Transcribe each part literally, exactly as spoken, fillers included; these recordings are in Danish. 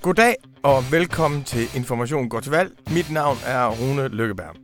Goddag og velkommen til Information går til valg. Mit navn er Rune Lykkeberg.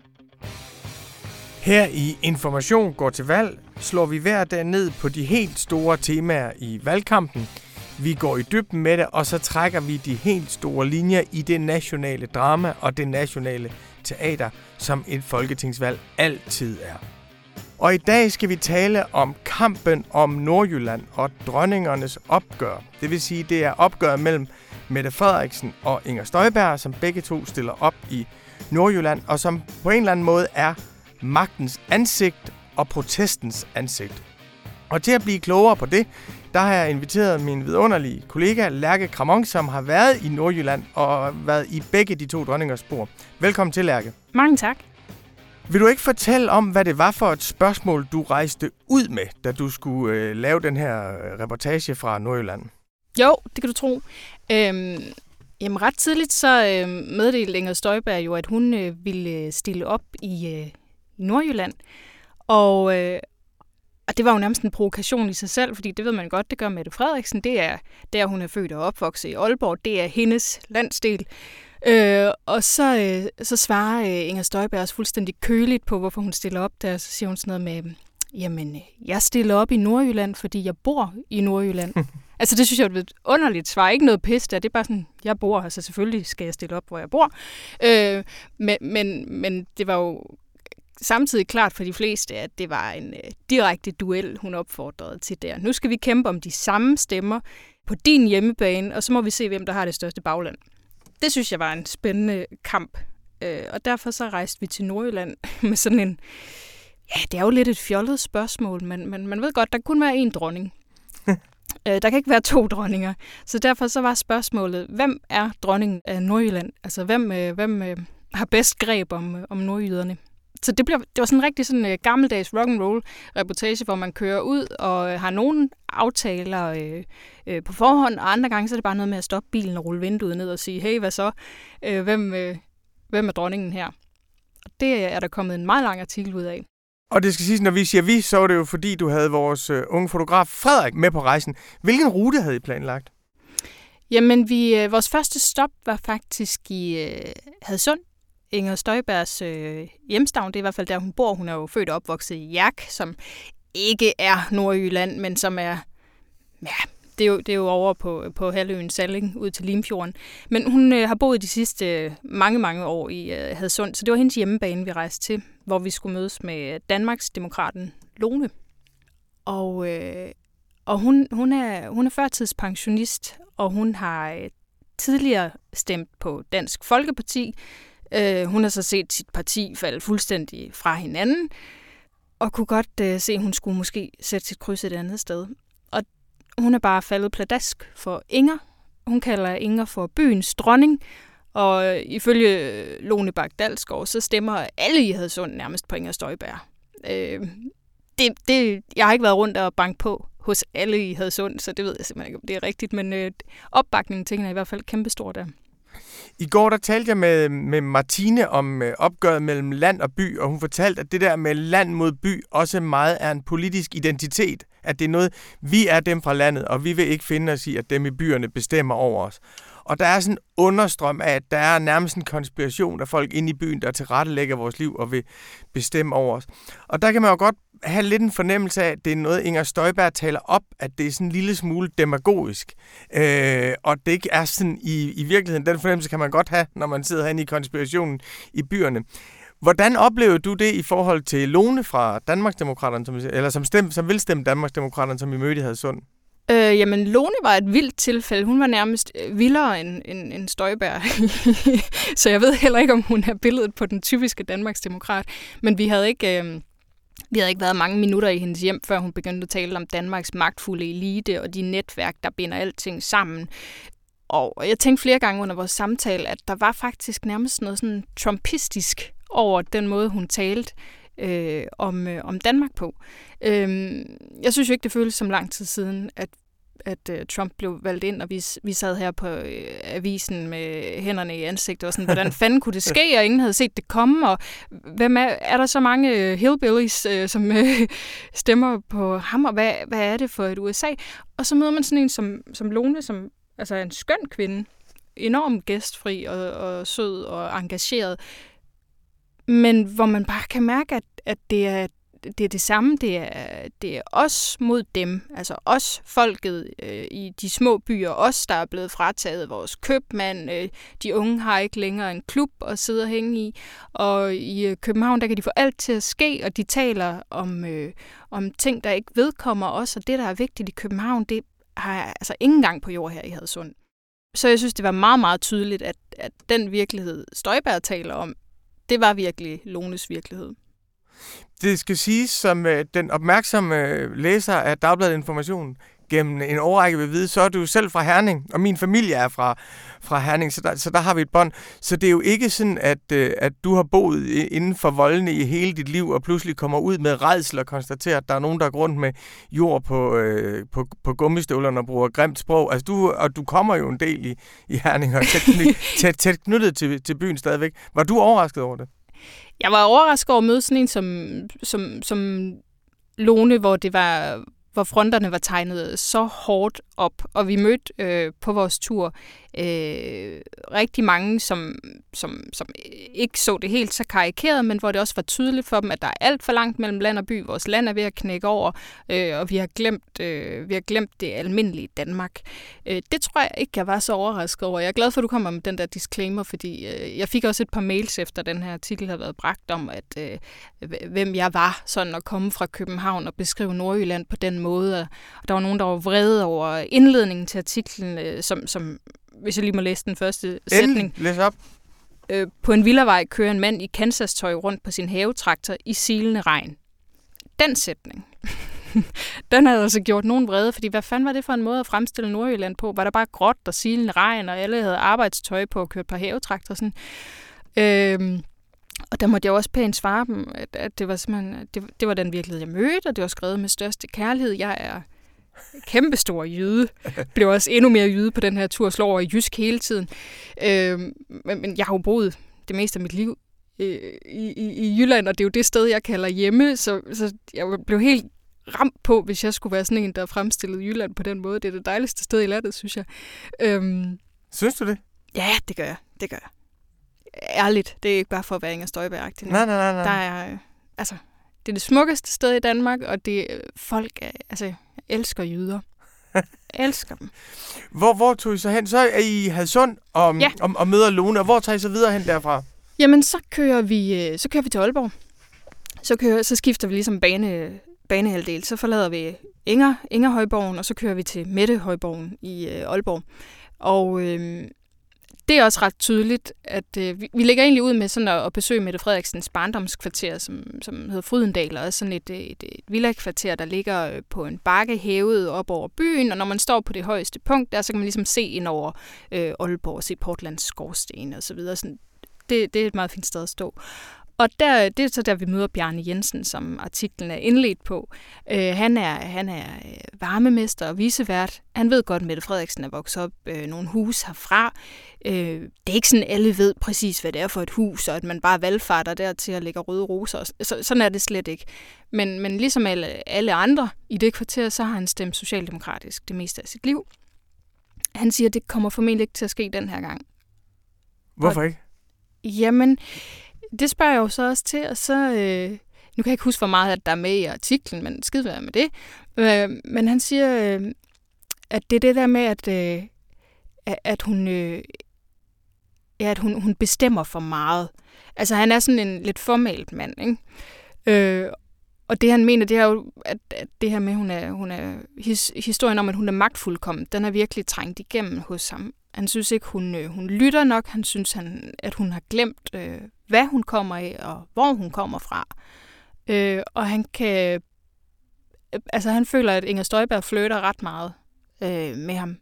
Her i Information går til valg slår vi hver dag ned på de helt store temaer i valgkampen. Vi går i dybden med det, og så trækker vi de helt store linjer i det nationale drama og det nationale teater, som et folketingsvalg altid er. Og i dag skal vi tale om kampen om Nordjylland og dronningernes opgør. Det vil sige, det er opgøret mellem Mette Frederiksen og Inger Støjberg, som begge to stiller op i Nordjylland, og som på en eller anden måde er magtens ansigt og protestens ansigt. Og til at blive klogere på det, der har jeg inviteret min vidunderlige kollega Lærke Kramon, som har været i Nordjylland og været i begge de to dronningers spor. Velkommen til, Lærke. Mange tak. Vil du ikke fortælle om, hvad det var for et spørgsmål, du rejste ud med, da du skulle øh, lave den her reportage fra Nordjylland? Jo, det kan du tro. Øhm, jamen ret tidligt så øh, meddelte Inger Støjberg jo, at hun øh, ville stille op i, øh, i Nordjylland. Og, øh, og det var jo nærmest en provokation i sig selv, fordi det ved man godt, det gør Mette Frederiksen. Det er der, hun er født og opvokset i Aalborg. Det er hendes landsdel. Øh, og så, øh, så svarer øh, Inger Støjberg også fuldstændig køligt på, hvorfor hun stiller op der. Så siger hun sådan noget med, jamen, jeg stiller op i Nordjylland, fordi jeg bor i Nordjylland. Altså, det synes jeg er et underligt svar. Ikke noget pis der. Det er bare sådan, jeg bor her, så selvfølgelig skal jeg stille op, hvor jeg bor. Øh, men, men, men det var jo samtidig klart for de fleste, at det var en øh, direkte duel, hun opfordrede til der. Nu skal vi kæmpe om de samme stemmer på din hjemmebane, og så må vi se, hvem der har det største bagland. Det synes jeg var en spændende kamp. Øh, og derfor så rejste vi til Nordjylland med sådan en... Ja, det er jo lidt et fjollet spørgsmål, men, men man ved godt, der kun være én dronning. øh, der kan ikke være to dronninger. Så derfor så var spørgsmålet, hvem er dronningen af Nordjylland? Altså, hvem, øh, hvem øh, har bedst greb om, øh, om nordjyderne? Så det, blev, det var sådan en rigtig sådan, øh, gammeldags rock'n'roll-reportage, hvor man kører ud og øh, har nogle aftaler øh, øh, på forhånd, og andre gange så er det bare noget med at stoppe bilen og rulle vinduet ned og sige, hey, hvad så? Øh, hvem, øh, hvem er dronningen her? Og det er der kommet en meget lang artikel ud af. Og det skal siges, når vi siger vi, så er det jo fordi, du havde vores uh, unge fotograf Frederik med på rejsen. Hvilken rute havde I planlagt? Jamen, vi, øh, vores første stop var faktisk i øh, Hadsund. Inger Støjbergs øh, hjemstavn, det er i hvert fald der, hun bor. Hun er jo født og opvokset i Hjerk, som ikke er Nordjylland, men som er... Ja, det er jo, det er jo over på, på halvøen Salling, ud til Limfjorden. Men hun øh, har boet de sidste øh, mange, mange år i øh, Hadsund, så det var hendes hjemmebane, vi rejste til, hvor vi skulle mødes med Danmarksdemokraten Lone. Og, øh, og hun, hun, er, hun er førtidspensionist, og hun har øh, tidligere stemt på Dansk Folkeparti. Øh, hun har så set sit parti falde fuldstændig fra hinanden, og kunne godt øh, se, at hun skulle måske sætte sit kryds et andet sted. Og hun er bare faldet pladask for Inger. Hun kalder Inger for byens dronning, og øh, ifølge Lone Bak Dalsgaard, så stemmer alle i Hadsund nærmest på Inger Støjberg. Øh, det, det, jeg har ikke været rundt og banke på hos alle i Hadsund, så det ved jeg simpelthen ikke, om det er rigtigt, men øh, opbakningen til hende er i hvert fald kæmpestor der. I går der talte jeg med, med Martine om øh, opgøret mellem land og by, og hun fortalte, at det der med land mod by også meget er en politisk identitet. At det er noget, vi er dem fra landet, og vi vil ikke finde os i, at dem i byerne bestemmer over os. Og der er sådan en understrøm af, at der er nærmest en konspiration af folk inde i byen, der tilrettelægger vores liv og vil bestemme over os. Og der kan man jo godt have lidt en fornemmelse af, at det er noget, Inger Støjberg taler op, at det er sådan en lille smule demagogisk. Øh, og det ikke er sådan i, i virkeligheden. Den fornemmelse kan man godt have, når man sidder herinde i konspirationen i byerne. Hvordan oplever du det i forhold til Lone fra Danmarksdemokraterne, som, eller som, stem, som vil stemme Danmarksdemokraterne, som I mødte i Hadsund? Øh, jamen, Lone var et vildt tilfælde. Hun var nærmest vildere end, end, end Støjberg. Så jeg ved heller ikke, om hun er billedet på den typiske Danmarksdemokrat. Men vi havde ikke... Øh, Vi havde ikke været mange minutter i hendes hjem, før hun begyndte at tale om Danmarks magtfulde elite og de netværk, der binder alting sammen. Og jeg tænkte flere gange under vores samtale, at der var faktisk nærmest noget sådan trumpistisk over den måde, hun talte øh, om, øh, om Danmark på. Øh, jeg synes jo ikke, det føles som lang tid siden, at at uh, Trump blev valgt ind, og vi, vi sad her på uh, avisen med hænderne i ansigtet, og sådan, hvordan fanden kunne det ske, og ingen havde set det komme, og hvem er, er der så mange uh, hillbillies, uh, som uh, stemmer på ham, og hvad, hvad er det for et U S A? Og så møder man sådan en som, som Lone, som altså er en skøn kvinde, enormt gæstfri og, og sød og engageret, men hvor man bare kan mærke, at, at det er det er det samme, det er, det er os mod dem, altså os, folket øh, i de små byer, os, der er blevet frataget vores købmand, øh, de unge har ikke længere en klub at sidde og hænge i, og i øh, København, der kan de få alt til at ske, og de taler om, øh, om ting, der ikke vedkommer os, og det, der er vigtigt i København, det har altså ingen gang på jord her i Hadsund. Så jeg synes, det var meget, meget tydeligt, at, at den virkelighed, Støjberg taler om, det var virkelig Lones virkelighed. Det skal siges, som øh, den opmærksomme øh, læser af Dagbladet Information gennem en årrække vil vide, så er du selv fra Herning, og min familie er fra, fra Herning, så der, så der har vi et bånd. Så det er jo ikke sådan, at, øh, at du har boet inden for voldene i hele dit liv, og pludselig kommer ud med rædsel og konstaterer, at der er nogen, der går rundt med jord på, øh, på, på gummistøvlerne og bruger grimt sprog. Altså, du, og du kommer jo en del i, i Herning, og tæt, tæt, tæt knyttet til, til byen stadigvæk. Var du overrasket over det? Jeg var overrasket over at møde sådan en som, som, som Lone, hvor det var, hvor fronterne var tegnet så hårdt op, og vi mødte øh, på vores tur øh, rigtig mange, som, som, som ikke så det helt så karikeret, men hvor det også var tydeligt for dem, at der er alt for langt mellem land og by. Vores land er ved at knække over, øh, og vi har glemt, øh, vi har glemt det almindelige Danmark. Øh, det tror jeg ikke, jeg var så overrasket over. Jeg er glad for, at du kommer med den der disclaimer, fordi øh, jeg fik også et par mails efter den her artikel havde været bragt om, at øh, hvem jeg var, sådan at komme fra København og beskrive Nordjylland på den måde. Og der var nogen, der var vrede over indledningen til artiklen, øh, som, som hvis jeg lige må læse den første sætning. Læs op. Øh, på en villavej kører en mand i Kansas-tøj rundt på sin havetraktor i silende regn. Den sætning, den havde altså gjort nogen vrede, fordi hvad fanden var det for en måde at fremstille Nordjylland på? Var der bare gråt og silende regn, og alle havde arbejdstøj på at køre på havetraktor? Sådan. Øh, og der måtte jeg også pænt svare dem, at, at det var simpelthen, det, det var den virkelighed, jeg mødte, og det var skrevet med største kærlighed. Jeg er kæmpestor jyde. Blev også endnu mere jyde på den her tur, slår over i jysk hele tiden. Øh, men, men jeg har jo boet det meste af mit liv øh, i, i, i Jylland, og det er jo det sted, jeg kalder hjemme, så, så jeg blev helt ramt på, hvis jeg skulle være sådan en, der fremstillede Jylland på den måde. Det er det dejligste sted i landet, synes jeg. Øh, synes du det? Ja, det gør jeg. Det gør jeg. Ærligt. Det er ikke bare for at være Inger Støjberg-agtig. Nej, nej, nej, nej. Der er, altså, det er det smukkeste sted i Danmark, og det folk er, altså, jeg elsker jyder. Jeg elsker dem. Hvor, hvor tog I så hen? Så er I i Hadsund og, ja. og, og møder Lone, og hvor tager I så videre hen derfra? Jamen, så kører vi, så kører vi til Aalborg. Så, kører, så skifter vi ligesom bane, banehalvdel. Så forlader vi Inger, Ingerhøjborgen, og så kører vi til Mettehøjborgen i øh, Aalborg. Og øh, det er også ret tydeligt, at øh, vi, vi lægger egentlig ud med sådan at, at besøge Mette Frederiksens barndomskvarter, som, som hedder Frydendal, og sådan et, et, et villakvarter, der ligger på en bakke hævet op over byen, og når man står på det højeste punkt der, så kan man ligesom se ind over øh, Aalborg og se Portlands skorsten og så videre. Sådan, det, det er et meget fint sted at stå. Og der, det er så der, vi møder Bjarne Jensen, som artiklen er indledt på. Øh, han er, han er varmemester og vicevært. Han ved godt, at Mette Frederiksen er vokset op øh, nogle hus herfra. Øh, det er ikke sådan, alle ved præcis, hvad det er for et hus, og at man bare valgfarter der til at lægge røde roser. Så, sådan er det slet ikke. Men, men ligesom alle, alle andre i det kvarter, så har han stemt socialdemokratisk det meste af sit liv. Han siger, at det kommer formentlig ikke til at ske den her gang. Hvorfor og, ikke? Jamen, det spørger jeg jo så også til, og så, øh, nu kan jeg ikke huske, hvor meget at der er med i artiklen, men skide være med det. Øh, men han siger, øh, at det er det der med, at, øh, at, hun, øh, ja, at hun, hun bestemmer for meget. Altså, han er sådan en lidt formalt mand, ikke? Øh, og det, han mener, det er jo, at, at det her med, hun er, hun er his, historien om, at hun er magtfuldkommen, den er virkelig trængt igennem hos ham. Han synes ikke, hun, øh, hun lytter nok. Han synes, han, at hun har glemt, øh, hvad hun kommer af, og hvor hun kommer fra. Øh, og han kan... Altså, han føler, at Inger Støjberg flytter ret meget øh, med ham.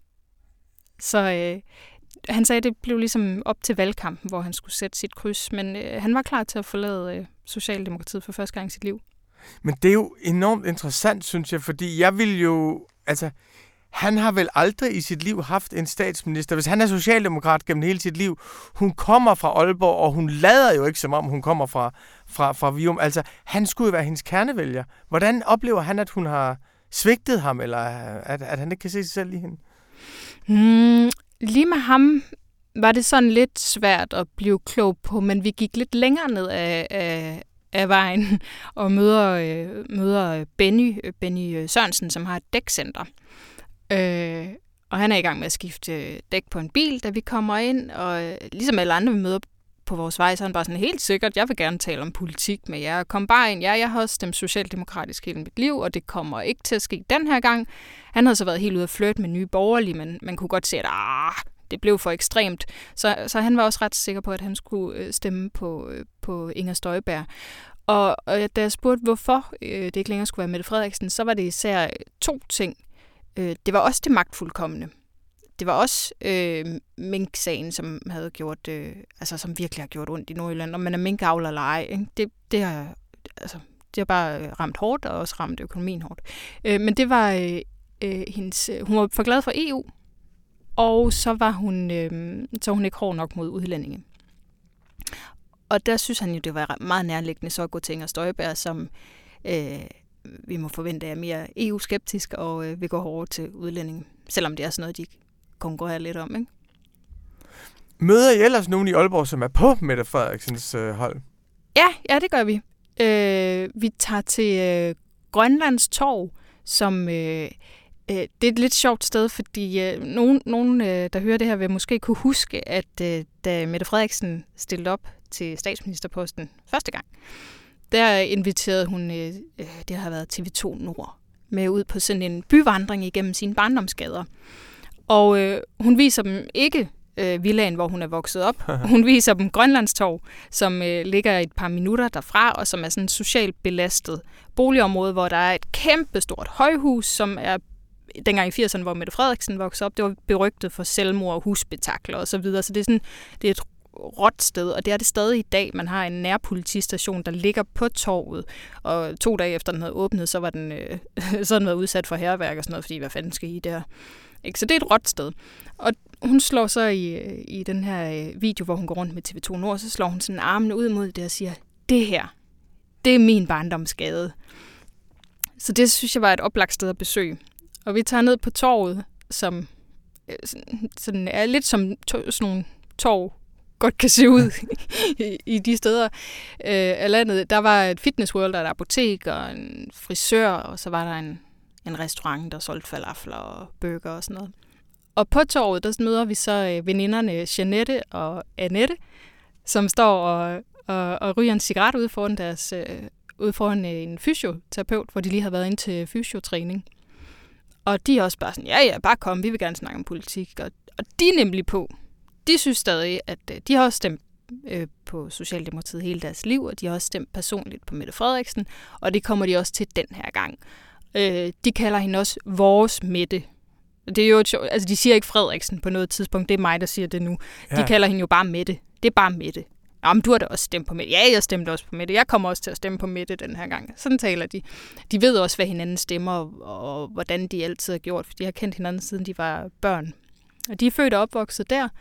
Så øh, han sagde, at det blev ligesom op til valgkampen, hvor han skulle sætte sit kryds. Men øh, han var klar til at forlade øh, Socialdemokratiet for første gang i sit liv. Men det er jo enormt interessant, synes jeg, fordi jeg vil jo... Altså, han har vel aldrig i sit liv haft en statsminister. Hvis han er socialdemokrat gennem hele sit liv, hun kommer fra Aalborg, og hun lader jo ikke, som om hun kommer fra, fra, fra Vium. Altså, han skulle jo være hendes kernevælger. Hvordan oplever han, at hun har svigtet ham, eller at, at han ikke kan se sig selv i hende? Hmm, lige med ham var det sådan lidt svært at blive klog på, men vi gik lidt længere ned af, af, af vejen og møder, øh, møder Benny, Benny Sørensen, som har et dækcenter. Øh, og han er i gang med at skifte dæk på en bil, da vi kommer ind, og ligesom alle andre, vi møder på vores vej, så er han bare sådan helt sikkert, jeg vil gerne tale om politik med jer. Kom bare ind, ja, jeg har også stemt socialdemokratisk hele mit liv, og det kommer ikke til at ske den her gang. Han havde så været helt ude at flirte med Nye Borgerlige, men man kunne godt se, at ah, det blev for ekstremt. Så, så han var også ret sikker på, at han skulle stemme på, på Inger Støjberg. Og, og da jeg spurgte, hvorfor det ikke længere skulle være Mette Frederiksen, så var det især to ting. Det var også det magtfuldkomne. Det var også øh, minksagen, som havde gjort, øh, altså som virkelig har gjort ondt i Nordjylland. Om man er minkavler eller ej, ikke? Det, det, har, altså, det har bare ramt hårdt, og også ramt økonomien hårdt. Øh, men det var øh, øh, hendes, hun var for glad for E U, og så var hun, øh, så var hun ikke hård nok mod udlændinge. Og der synes han jo, det var meget nærliggende så at gå til Inger Støjberg, som øh, vi må forvente er mere E U-skeptisk og øh, vil gå hårdere til udlændinge, selvom det er sådan noget, de konkurrerer lidt om, ikke? Møder I ellers nogen i Aalborg, som er på Mette Frederiksens øh, hold? Ja, ja, det gør vi. Øh, vi tager til øh, Grønlands Torv, som øh, øh, det er et lidt sjovt sted, fordi øh, nogen, nogen øh, der hører det her, vil måske kunne huske, at øh, da Mette Frederiksen stillede op til statsministerposten første gang, der inviterede hun, øh, det har været T V to Nord, med ud på sådan en byvandring igennem sine barndomsgader. Og øh, hun viser dem ikke øh, villaen, hvor hun er vokset op. Hun viser dem Grønlands Torv, som øh, ligger et par minutter derfra, og som er sådan et socialt belastet boligområde, hvor der er et kæmpestort højhus, som er dengang i firserne, hvor Mette Frederiksen voksede op, det var berygtet for selvmord og husspektakler og så videre. Så det er sådan, det er et råt sted, og det er det stadig i dag. Man har en nærpolitistation, der ligger på torvet, og to dage efter den havde åbnet, så var den øh, så den været udsat for hærværk og sådan noget, fordi hvad fanden skal I der? Ikke? Så det er et råt sted. Og hun slår så i, i den her video, hvor hun går rundt med T V to Nord, så slår hun sådan armene ud mod det og siger, det her, det er min barndomsgade. Så det synes jeg var et oplagt sted at besøge. Og vi tager ned på torvet, som sådan er lidt som to, sådan nogle torv godt kan se ud i, i de steder øh, af landet. Der var et Fitness World, der er et apotek og en frisør, og så var der en, en restaurant, der solgte falafler og burger og sådan noget. Og på torvet, der møder vi så øh, veninderne Jeanette og Annette, som står og, og, og ryger en cigaret ude foran, deres, øh, ude foran øh, en fysioterapeut, hvor de lige har været ind til fysiotræning. Og de er også bare sådan, ja ja, bare kom, vi vil gerne snakke om politik. Og, og de er nemlig på. De synes stadig, at øh, de har også stemt øh, på Socialdemokratiet hele deres liv, og de har også stemt personligt på Mette Frederiksen, og det kommer de også til den her gang. Øh, de kalder hende også vores Mette. Det er jo et sjovt, altså de siger ikke Frederiksen på noget tidspunkt, det er mig, der siger det nu. Ja. De kalder hende jo bare Mette. Det er bare Mette. Jamen, du har da også stemt på Mette. Ja, jeg stemte også på Mette. Jeg kommer også til at stemme på Mette den her gang. Sådan taler de. De ved også, hvad hinanden stemmer, og, og hvordan de altid har gjort, for de har kendt hinanden, siden de var børn. Og de er født og opvokset der.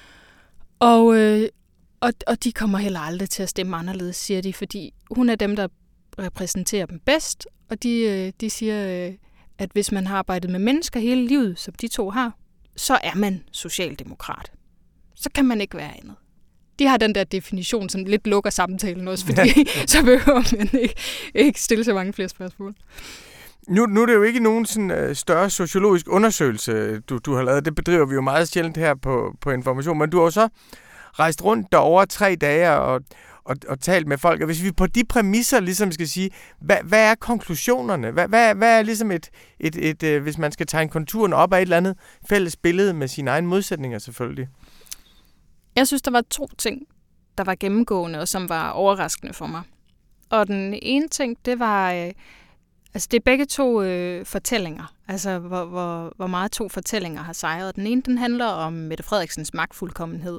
Og, øh, og, og de kommer heller aldrig til at stemme anderledes, siger de, fordi hun er dem, der repræsenterer dem bedst. Og de, øh, de siger, øh, at hvis man har arbejdet med mennesker hele livet, som de to har, så er man socialdemokrat. Så kan man ikke være andet. De har den der definition, som lidt lukker samtalen også, fordi ja. Så behøver man ikke, ikke stille så mange flere spørgsmål. Nu, nu er det jo ikke nogen sådan, uh, større sociologisk undersøgelse, du, du har lavet. Det bedriver vi jo meget sjældent her på, på Information. Men du har jo så rejst rundt derovre tre dage og, og, og talt med folk. Og hvis vi på de præmisser ligesom skal sige, hvad, hvad er konklusionerne? Hvad, hvad, hvad er ligesom et, et, et, et, hvis man skal tegne konturen op af et eller andet fælles billede med sine egne modsætninger selvfølgelig? Jeg synes, der var to ting, der var gennemgående og som var overraskende for mig. Og den ene ting, det var... Øh, Altså, det er begge to øh, fortællinger, altså hvor, hvor, hvor meget to fortællinger har sejret. Den ene, den handler om Mette Frederiksens magtfuldkommenhed.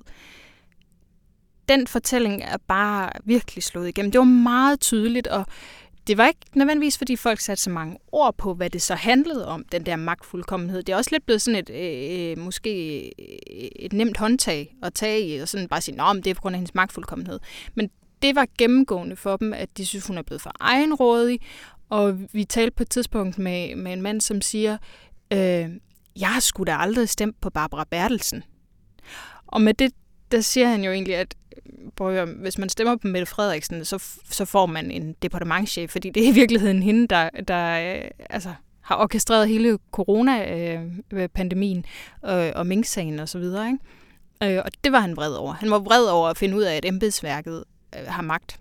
Den fortælling er bare virkelig slået igennem. Det var meget tydeligt, og det var ikke nødvendigvis, fordi folk satte så mange ord på, hvad det så handlede om, den der magtfuldkommenhed. Det er også lidt blevet sådan et, øh, måske et nemt håndtag at tage i, og sådan bare sige, nå, men det er på grund af hendes magtfuldkommenhed. Men det var gennemgående for dem, at de synes, hun er blevet for egenrådig. Og vi talte på et tidspunkt med, med en mand, som siger, øh, jeg har sgu da aldrig stemt på Barbara Bertelsen. Og med det, der siger han jo egentlig, at prøv, hvis man stemmer på Mette Frederiksen, så, så får man en departementschef, fordi det er i virkeligheden hende, der, der øh, altså, har orkestreret hele corona-pandemien øh, og minksagen og så videre, ikke? Øh, og det var han vred over. Han var vred over at finde ud af, at embedsværket øh, har magt.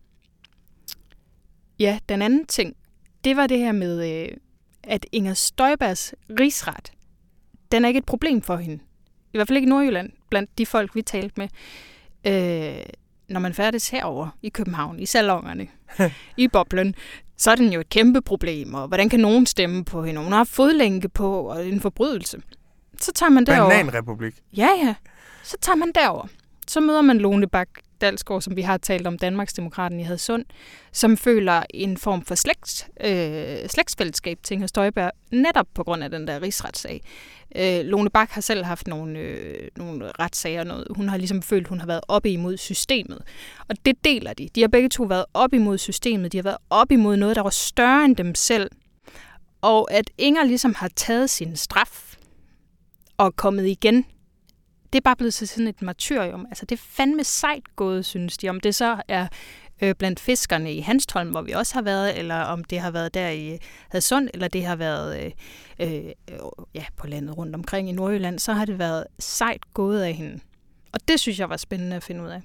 Ja, den anden ting, det var det her med, øh, at Inger Støjbergs rigsret, den er ikke et problem for hende. I hvert fald ikke i Nordjylland, blandt de folk, vi talte med. Øh, når man færdes herover i København, i salongerne, i boblen, så er den jo et kæmpe problem, og hvordan kan nogen stemme på hende? Hun har fodlænke på, og en forbrydelse. Så tager man derover. Bananrepublik. Ja, ja. Så tager man derover. Så møder man Lone Bak Dalsgaard, som vi har talt om, Danmarksdemokraten i Hadsund, som føler en form for slægt, øh, slægtsfællesskab til Inger Støjberg, netop på grund af den der rigsretssag. Øh, Lone Bak har selv haft nogle, øh, nogle retssager. Noget. Hun har ligesom følt, hun har været oppe imod systemet. Og det deler de. De har begge to været oppe imod systemet. De har været oppe imod noget, der var større end dem selv. Og at Inger ligesom har taget sin straf og er kommet igen, det er bare blevet til sådan et martyrium. Altså, det er fandme sejt gået, synes de. Om det så er øh, blandt fiskerne i Hanstholm, hvor vi også har været, eller om det har været der i Hadsund, eller det har været øh, øh, ja, på landet rundt omkring i Nordjylland, så har det været sejt gået af hende. Og det synes jeg var spændende at finde ud af.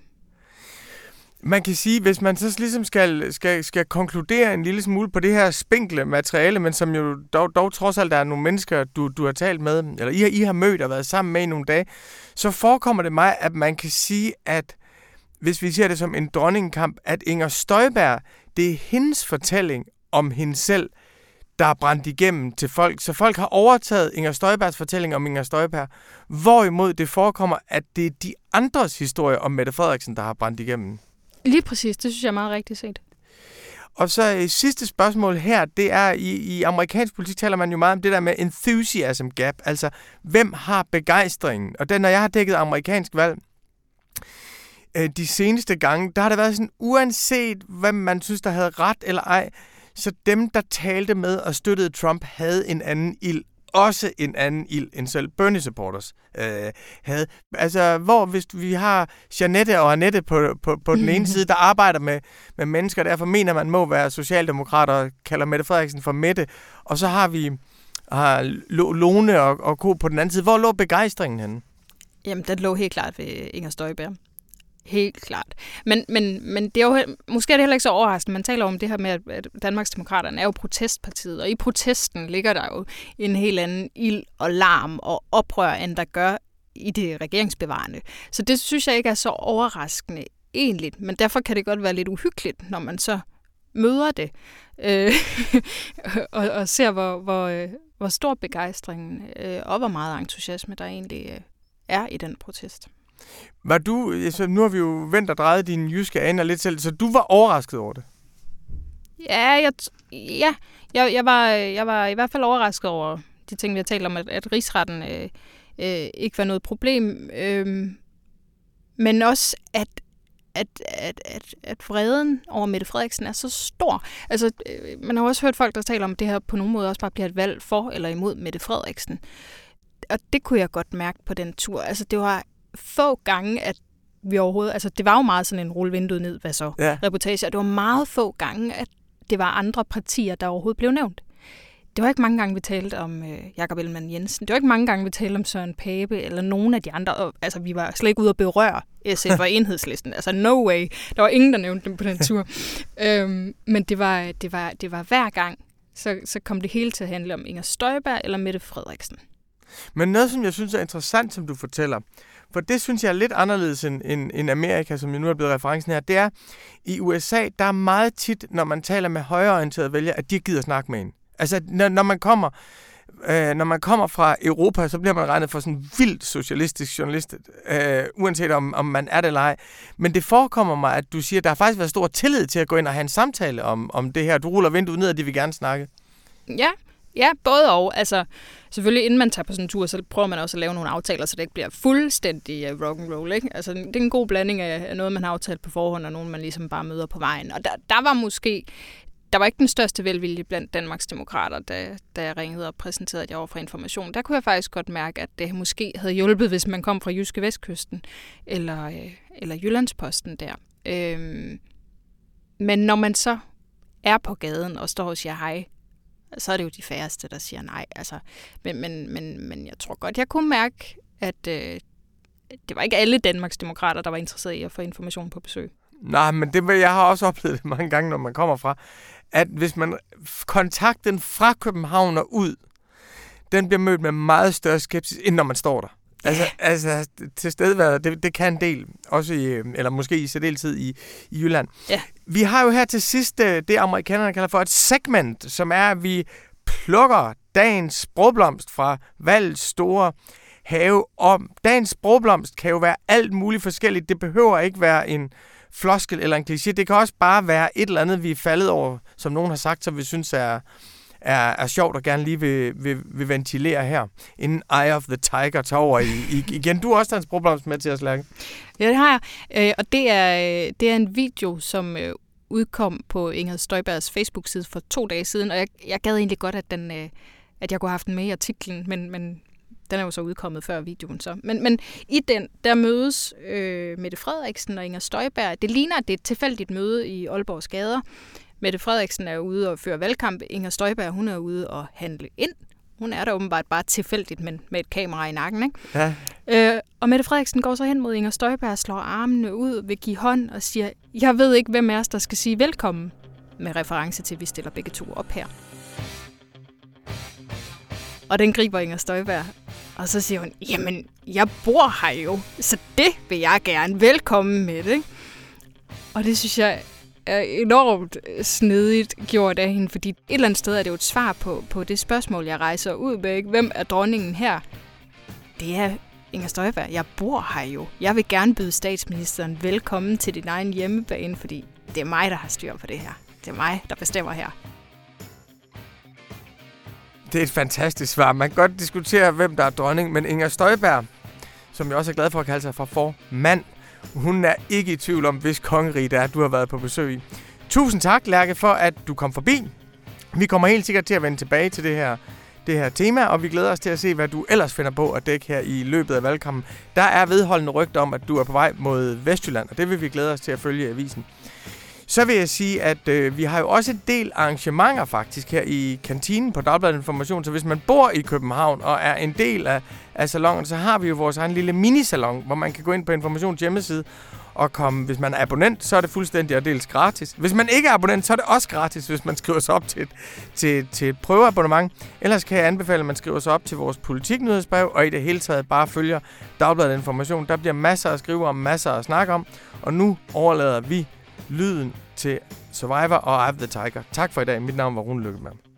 Man kan sige, hvis man så ligesom skal, skal, skal konkludere en lille smule på det her spinkle materiale, men som jo dog, dog trods alt er nogle mennesker, du, du har talt med, eller I har, I har mødt og været sammen med i nogle dage, så forekommer det mig, at man kan sige, at hvis vi ser det som en dronningkamp, at Inger Støjberg, det er hendes fortælling om hende selv, der er brændt igennem til folk. Så folk har overtaget Inger Støjbergs fortælling om Inger Støjberg, hvorimod det forekommer, at det er de andres historie om Mette Frederiksen, der har brændt igennem. Lige præcis, det synes jeg er meget rigtigt set. Og så øh, sidste spørgsmål her, det er, i, i amerikansk politik taler man jo meget om det der med enthusiasm gap, altså hvem har begejstringen? Og den, når jeg har dækket amerikansk valg, øh, de seneste gange, der har det været sådan, uanset hvem man synes, der havde ret eller ej, så dem, der talte med og støttede Trump, havde en anden ild. Også en anden ild end selv Bernie supporters øh, havde. Altså, hvor hvis vi har Jeanette og Annette på, på, på den ene side, der arbejder med, med mennesker, derfor mener man må være socialdemokrater og kalder Mette Frederiksen for Mette, og så har vi har Lone og, og Co. på den anden side. Hvor lå begejstringen henne? Jamen, den lå helt klart ved Inger Støjberg. Helt klart. Men, men, men det er jo, måske er det heller ikke så overraskende. Man taler om det her med, at Danmarksdemokraterne er jo protestpartiet, og i protesten ligger der jo en helt anden ild og larm og oprør, end der gør i det regeringsbevarende. Så det synes jeg ikke er så overraskende egentlig, men derfor kan det godt være lidt uhyggeligt, når man så møder det øh, og, og ser, hvor, hvor, hvor stor begejstringen øh, og hvor meget entusiasme der egentlig øh, er i den protest. Var du, altså nu har vi jo vendt og drejet dine jyske aner lidt selv, så du var overrasket over det? Ja, jeg, ja jeg, jeg, var, jeg var i hvert fald overrasket over de ting, vi har talt om, at, at rigsretten øh, øh, ikke var noget problem. Øh, men også, at, at, at, at, at vreden over Mette Frederiksen er så stor. Altså, øh, man har også hørt folk, der taler om, at det her på nogen måde også bare bliver et valg for eller imod Mette Frederiksen. Og det kunne jeg godt mærke på den tur. Altså, det var få gange, at vi overhovedet... Altså, det var jo meget sådan en rulle vinduet ned, hvad så? Ja. Reportage. Og det var meget få gange, at det var andre partier, der overhovedet blev nævnt. Det var ikke mange gange, vi talte om øh, Jakob Ellemann-Jensen. Det var ikke mange gange, vi talte om Søren Pape eller nogen af de andre. Og, altså, vi var slet ikke ude at berøre S F og Enhedslisten. Altså, no way. Der var ingen, der nævnte dem på den tur. øhm, men det var, det, var, det var hver gang, så, så kom det hele til at handle om Inger Støjberg eller Mette Frederiksen. Men noget, som jeg synes er interessant, som du fortæller, for det synes jeg er lidt anderledes end, end, end Amerika, som jo nu er blevet referencen her, det er, i U S A, der er meget tit, når man taler med højreorienterede vælgere, at de ikke gider snakke med en. Altså, når, når man kommer... Øh, når man kommer fra Europa, så bliver man regnet for sådan en vildt socialistisk journalist, øh, uanset om, om man er det eller ej. Men det forekommer mig, at du siger, at der har faktisk været stor tillid til at gå ind og have en samtale om, om det her. Du ruller vinduet ned, og de vil gerne snakke. Ja, ja, både og. Altså, selvfølgelig, inden man tager på sådan en tur, så prøver man også at lave nogle aftaler, så det ikke bliver fuldstændig uh, rock and roll, ikke? Altså, det er en god blanding af noget, man har aftalt på forhånd, og nogen, man ligesom bare møder på vejen. Og der, der var måske der var ikke den største velvilje blandt Danmarks Demokrater, da, da jeg ringede og præsenterede, at jeg var fra Information. Der kunne jeg faktisk godt mærke, at det måske havde hjulpet, hvis man kom fra Jyske Vestkysten eller, øh, eller Jyllandsposten der. Øhm, men når man så er på gaden og står og siger hej, så er det jo de færreste, der siger nej. Altså, men, men, men, men jeg tror godt, jeg kunne mærke, at øh, det var ikke alle Danmarks Demokrater, der var interesseret i at få Information på besøg. Nej, men det, jeg har også oplevet det mange gange, når man kommer fra, at hvis man kontakter den fra København og ud, den bliver mødt med meget større skepsis, end når man står der. Ja. Altså, altså tilstedeværelse, det, det kan en del, også i, eller måske i særdeleshed i, i Jylland. Ja. Vi har jo her til sidst det, amerikanerne kalder for et segment, som er, at vi plukker dagens sprogblomst fra valgets store have. Og dagens sprogblomst kan jo være alt muligt forskelligt. Det behøver ikke være en floskel eller en kliché. Det kan også bare være et eller andet, vi er faldet over, som nogen har sagt, som vi synes er, er, er sjovt og gerne lige vil, vil, vil ventilere her, inden Eye of the Tiger tager over i, i, igen. Du har også taget en sprogblomst med til os, Lærke. Ja, det har jeg. Øh, og det er, det er en video, som øh, udkom på Inger Støjbergs Facebook-side for to dage siden, og jeg, jeg gad egentlig godt, at, den, øh, at jeg kunne have haft den med i artiklen, men, men den er jo så udkommet før videoen så. Men, men i den, der mødes øh, Mette Frederiksen og Inger Støjberg. Det ligner, at det er et tilfældigt møde i Aalborgs gader. Mette Frederiksen er ude og føre valgkamp. Inger Støjberg, hun er ude og handle ind. Hun er der åbenbart bare tilfældigt, men med et kamera i nakken, ikke? Ja. Øh, og Mette Frederiksen går så hen mod Inger Støjberg, slår armene ud, vil give hånd og siger, jeg ved ikke, hvem af os, der skal sige velkommen, med reference til, at vi stiller begge to op her. Og den griber Inger Støjberg. Og så siger hun, jamen, jeg bor her jo, så det vil jeg gerne. Velkommen med det. Og det synes jeg er enormt snedigt gjort af hende, fordi et eller andet sted er det jo et svar på, på det spørgsmål, jeg rejser ud med. Ikke? Hvem er dronningen her? Det er Inger Støjberg. Jeg bor her jo. Jeg vil gerne byde statsministeren velkommen til din egen hjemmebane, fordi det er mig, der har styr på det her. Det er mig, der bestemmer her. Det er et fantastisk svar. Man kan godt diskutere, hvem der er dronning, men Inger Støjberg, som jeg også er glad for at kalde sig for formand, hun er ikke i tvivl om, hvis kongerige det er, du har været på besøg i. Tusind tak, Lærke, for at du kom forbi. Vi kommer helt sikkert til at vende tilbage til det her, det her tema, og vi glæder os til at se, hvad du ellers finder på at dække her i løbet af valgkampen. Der er vedholdende rygter om, at du er på vej mod Vestjylland, og det vil vi glæde os til at følge i avisen. Så vil jeg sige, at øh, vi har jo også en del arrangementer faktisk her i kantinen på Dagbladet Information. Så hvis man bor i København og er en del af, af salongen, så har vi jo vores egen lille minisalon, hvor man kan gå ind på Informations hjemmeside og komme. Hvis man er abonnent, så er det fuldstændig og dels gratis. Hvis man ikke er abonnent, så er det også gratis, hvis man skriver sig op til et, til, til et prøveabonnement. Ellers kan jeg anbefale, at man skriver sig op til vores politiknyhedsbrev, og i det hele taget bare følger Dagbladet Information. Der bliver masser at skrive om, masser at snakke om, og nu overlader vi lyden til Survivor og Eye of the Tiger. Tak for i dag. Mit navn var Rune Lykkeberg.